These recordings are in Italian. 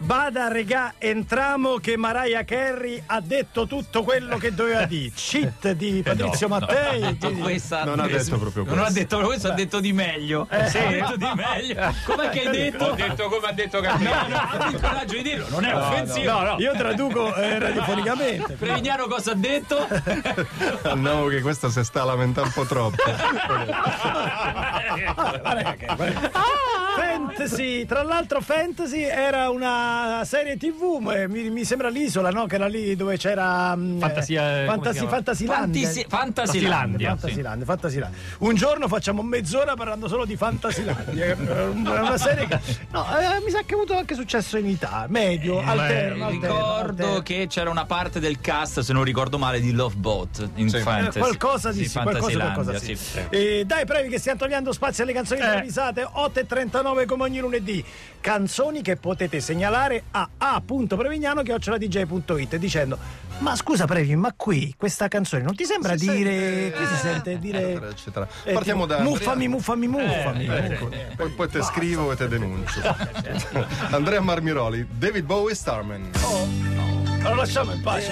Bada regà, entramo che Mariah Carey ha detto tutto quello che doveva dire. Cheat di Patrizio Mattei. Non ha detto proprio questo. Non ha detto questo, ha detto di meglio. Sì, ha detto di meglio. Com'è che hai detto? Ho detto come ha detto Gabriele. Abbi il coraggio di dirlo, non è offensivo. No, io traduco radiofonicamente. Prevignano cosa ha detto? No, che questo si sta lamentando un po' troppo. Fantasy, tra l'altro Fantasy era una serie TV, mi sembra l'Isola, no? Che era lì dove c'era Fantasilandia. Fantasilandia. Fantasilandia. Un giorno facciamo mezz'ora parlando solo di Fantasilandia. È una serie che mi sa che ha avuto anche successo in Italia, medio, alterno. Ricordo che c'era una parte del cast, se non ricordo male, di Love Boat in Fantasy. Qualcosa di sì, qualcosa sì. Dai, brevi che stiamo togliendo spazio alle canzoni improvvisate. 8:39 come ogni lunedì. Canzoni che potete segnalare a a.prevignano@dj.it dicendo: ma scusa Previ, ma qui questa canzone non ti sembra qui si sente dire eccetera. Partiamo da muffami. Poi te scrivo e te denuncio. Andrea Marmiroli, David Bowie, Starman. Lo lasciamo in pace.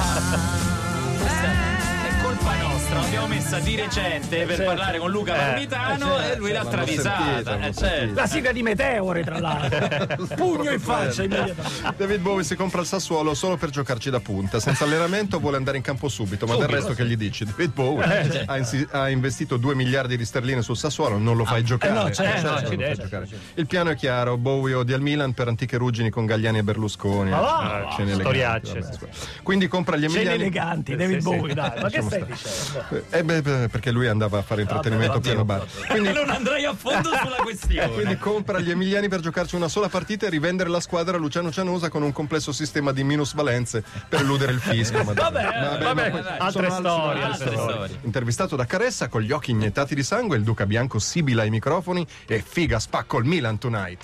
È colpa nostra, l'abbiamo messa di recente per parlare con Luca Marmitano e lui l'ha travisata. La sigla di Meteore, tra l'altro. Pugno in faccia immediatamente. David Bowie si compra il Sassuolo solo per giocarci da punta, senza allenamento, vuole andare in campo subito, ma del resto che gli dici? David Bowie ha investito 2 miliardi di sterline sul Sassuolo, non lo fai giocare. Il piano è chiaro, Bowie odia il Milan per antiche ruggini con Galliani e Berlusconi. Scene eleganti. Quindi compra gli emiliani. Scene eleganti, David Bowie, dai. Ma che stai dicendo? Perché lui andava a fare intrattenimento piano bar. Quindi non andrei a fondo sulla questione. Quindi compra gli emiliani per giocarci una sola partita e rivendere la squadra a Luciano Cianosa con un complesso sistema di minusvalenze per eludere il fisco. Vabbè, altre storie. Intervistato da Caressa, con gli occhi iniettati di sangue, il Duca Bianco sibila ai microfoni e figa spacco il Milan tonight.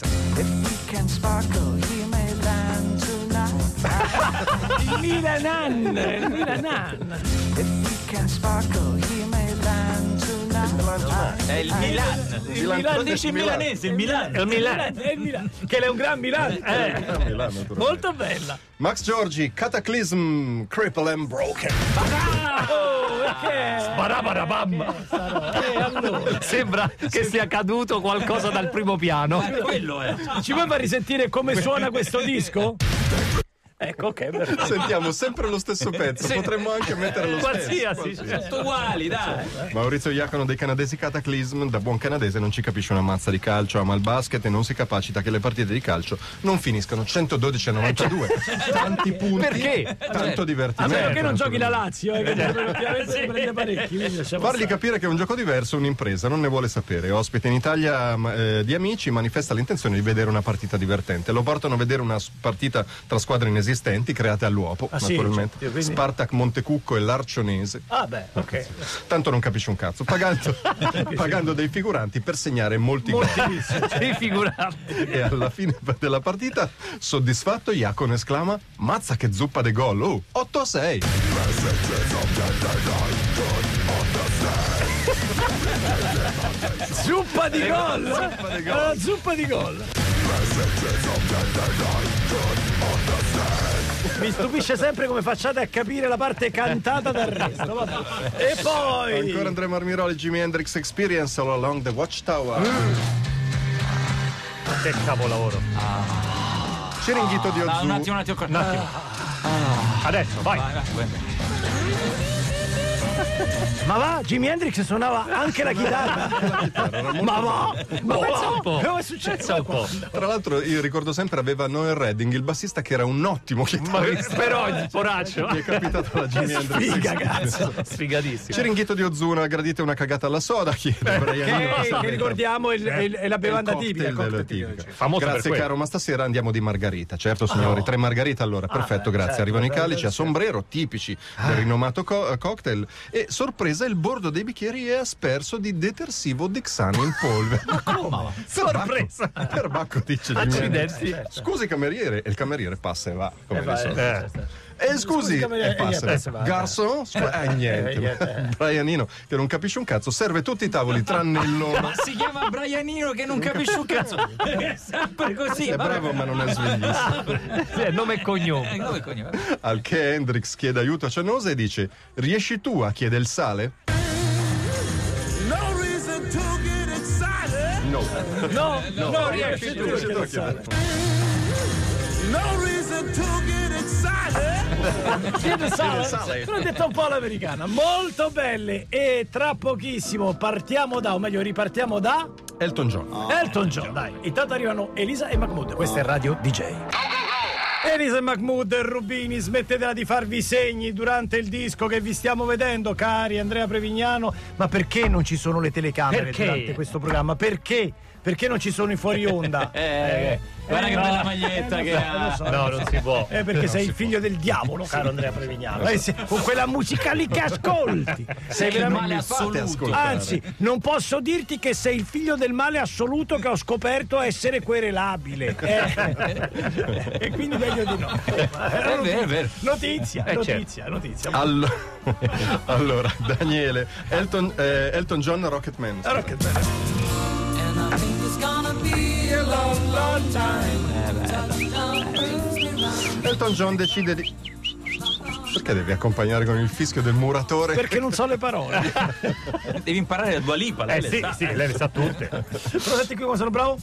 Il Milanan. È il Milan. Il Milan dice milanese, il Milan. È il Milan. Che è un gran Milan. Molto bella. Max Giorgi, Cataclysm, Cripple and Broken. Barabarabam. Allora. Sembra che sia caduto qualcosa dal primo piano. Quello è. Ci vuoi far risentire come suona questo disco? Ecco, ok. Sentiamo sempre lo stesso pezzo, potremmo anche mettere lo qualsiasi. Tutto uguali, dai. Maurizio Iacono dei canadesi Cataclysm, da buon canadese non ci capisce una mazza di calcio, ama il basket e non si capacita che le partite di calcio non finiscano 112-92. Tanti punti. Perché? Tanto divertimento. Perché non giochi la Lazio? Che prende parecchi. Fargli capire che è un gioco diverso, un'impresa, non ne vuole sapere. Ospite in Italia di amici, manifesta l'intenzione di vedere una partita divertente. Lo portano a vedere una partita tra squadre inesistenti create all'uopo, naturalmente. Quindi... Spartak Montecucco e l'Arcionese. Ok. Tanto non capisci un cazzo, pagando dei figuranti per segnare molti gol. Dei figuranti. E alla fine della partita, soddisfatto, Iacono esclama: mazza che zuppa de gol, 8-6. Zuppa di gol. Zuppa di gol. Mi stupisce sempre come facciate a capire la parte cantata dal resto. Vabbè. E poi ancora Andrea Marmiroli, Jimi Hendrix Experience All Along the Watchtower. Che capolavoro. Ciringhito di Ozu. Un attimo. Adesso, vai. Ma va, Jimi Hendrix suonava anche la chitarra. Ma va, pensa un po'. Come è successo? Tra l'altro io ricordo sempre aveva Noel Redding, il bassista, che era un ottimo chitarrista. Però il poraccio. Mi è capitato la Jimi Hendrix. Figa, cazzo. Sfigatissimo. Ciringhito di Ozuna, gradite una cagata alla soda? Chiede Che ricordiamo è la bevanda tipica. Famoso per Grazie quello. caro, ma stasera andiamo di margarita. Certo signori, 3 margarita allora, perfetto, grazie. certo, Arrivano i calici a sombrero, tipici del rinomato cocktail, e sorpresa il bordo dei bicchieri è asperso di detersivo Dexano in polvere. Sorpresa. Perbacco dice Jimi Hendrix. Scusi cameriere, e il cameriere passa e va, come di solito. Scusi, garçon? Niente. Brianino, che non capisce un cazzo, serve tutti i tavoli tranne il loro. Ma si chiama Brianino che non capisce un cazzo. È sempre così. È bravo, ma non è sveglissimo. Nome e cognome. Al che Hendrix chiede aiuto a Cianosa e dice: riesci tu a chiedere il sale? No, riesci tu a chiedere il sale. Chiede sale. L'ho detto un po' all'americana. Molto belle. E tra pochissimo ripartiamo da Elton John. Elton John, dai. Intanto arrivano Elisa e Mahmood. Questa è Radio DJ. Elisa e Mahmood e Rubini, smettetela di farvi segni durante il disco che vi stiamo vedendo, cari Andrea Prevignano. Ma perché non ci sono le telecamere durante questo programma? Perché? Perché non ci sono i fuori onda? Guarda che bella maglietta che ha. No, non si può. Perché sei il figlio del diavolo, caro Andrea Prevignano. Con quella musica lì che ascolti. Sei veramente male assoluto. Anzi, non posso dirti che sei il figlio del male assoluto che ho scoperto essere querelabile. E quindi meglio di no. È vero. Notizia. Allora, Daniele, Elton John, Rocketman. Elton John decide di... Perché devi accompagnare con il fischio del muratore? Perché non so le parole. Devi imparare la Dua Lipa, lei le sa. Sì, lei le sa tutte. Però senti qui come sono bravo?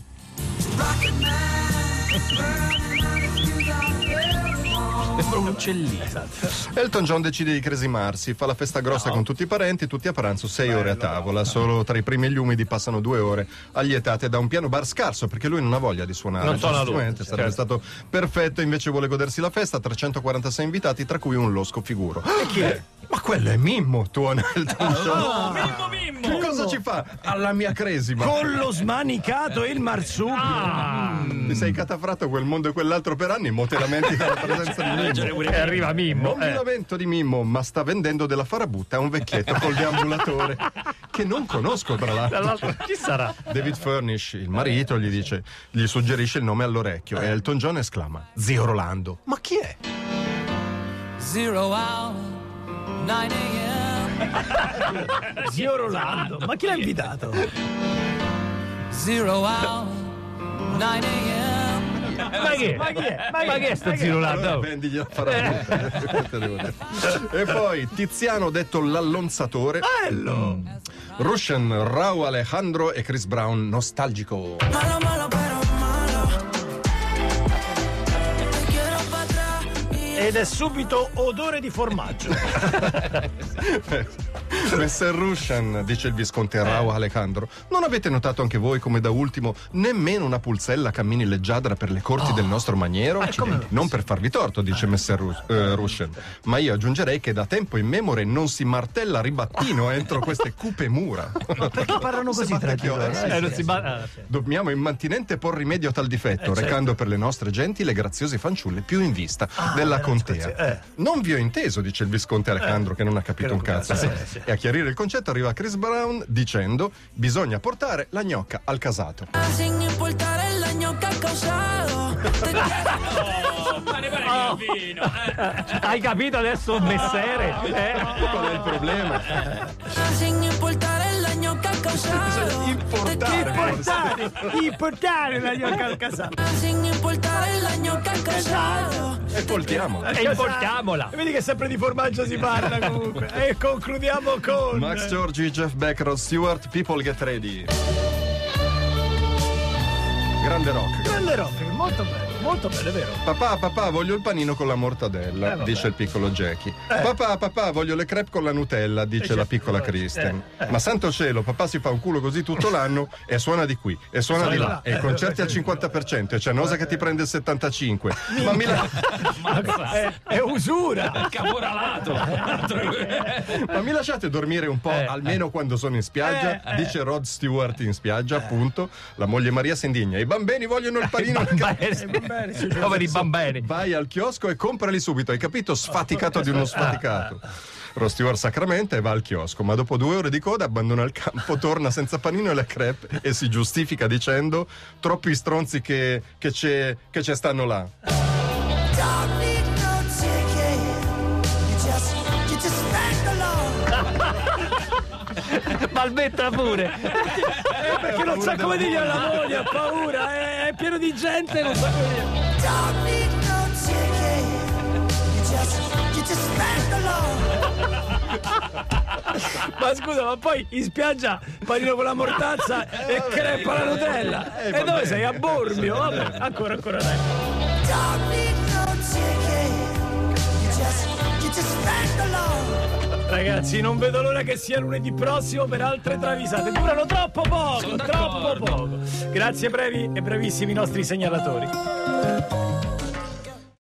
Sembra un uccellino. Elton John decide di cresimarsi, fa la festa grossa con tutti i parenti, tutti a pranzo, 6 ore a tavola. Solo tra i primi e gli umidi passano 2 ore allietate da un piano bar scarso, perché lui non ha voglia di suonare. Non suona lui, sarebbe stato perfetto, invece vuole godersi la festa. 346 invitati, tra cui un losco figuro. E chi è? Ma quello è Mimmo, tuona Elton John. Mimmo! Che cosa ci fa alla mia cresima? Con lo smanicato e il marsupio. Ti sei catafratto quel mondo e quell'altro per anni, mo te lamenti dalla presenza di Mimmo. E arriva Mimmo. Non mi lamento di Mimmo, ma sta vendendo della farabutta a un vecchietto col deambulatore che non conosco, tra l'altro. Chi sarà? David Furnish, il marito, gli suggerisce il nome all'orecchio e Elton John esclama: Zio Rolando. Ma chi è? 0 hour, 9 a.m. Zio Rolando, ma chi l'ha invitato? 0 hour, 9 a.m. Ma che è sto Zio Rolando? Allora vendigli la farabutta. E poi Tiziano, detto l'allonzatore. Bello! Russian, Rauw Alejandro e Chris Brown, nostalgico. Malo, malo, pero malo. Te quiero pa' atrás. Ed è subito odore di formaggio. Messer Russian, dice il visconte Rauw Alejandro, non avete notato anche voi come da ultimo nemmeno una pulzella cammini leggiadra per le corti del nostro maniero? Non per farvi torto, dice Messer Russian, ma io aggiungerei che da tempo in memore non si martella ribattino entro queste cupe mura. Ma perché parlano così tra di loro? Dobbiamo immantinente por rimedio a tal difetto, recando per le nostre genti le graziose fanciulle più in vista della contea. Non vi ho inteso, dice il visconte Alejandro, che non ha capito un cazzo. E a chiarire il concetto arriva Chris Brown dicendo: bisogna portare la gnocca al casato. Sin importar el daño que ha causado. Hai capito adesso, messere? Qual è il problema? Sin importar el daño que ha causado. Importare la gnocca al casato. Sin importar el daño que ha causado. E portiamo. E importiamola. Vedi che sempre di formaggio si parla comunque. E concludiamo con Max Giorgi, Jeff Beck, Rod Stewart, People Get Ready. Grande rock, molto bello, è vero. Papà, voglio il panino con la mortadella, dice il piccolo Jackie. Papà, voglio le crepe con la Nutella, dice la piccola Kristen. Ma santo cielo, papà si fa un culo così tutto l'anno e suona di qui e suona di là. E i concerti al 50% e c'è Nosa che ti prende il 75%. È usura. Caporalato. Ma mi lasciate dormire un po', almeno quando sono in spiaggia? Dice Rod Stewart in spiaggia, appunto. La moglie Maria si indigna. I bambini vogliono il panino. Poveri bambini. Vai al chiosco e comprali subito, hai capito? Sfaticato di uno sfaticato. Rod Stewart sacramenta e va al chiosco, ma dopo 2 ore di coda abbandona il campo, torna senza panino e le crepe e si giustifica dicendo: troppi stronzi che ci stanno là. Don't need no ticket. balbetta pure. Perché non sa come dire alla moglie, ha paura, è pieno di gente, non sa come dire. Don't need no ticket. You just stand alone. Ma scusa, ma poi in spiaggia panino con la mortazza e crepa la Nutella. E dove sei? A Bormio? Vabbè, ancora dai. Don't need no ticket. You just stand alone. Ragazzi, non vedo l'ora che sia lunedì prossimo per altre travisate. Durano troppo poco, troppo poco. Grazie brevi e brevissimi nostri segnalatori.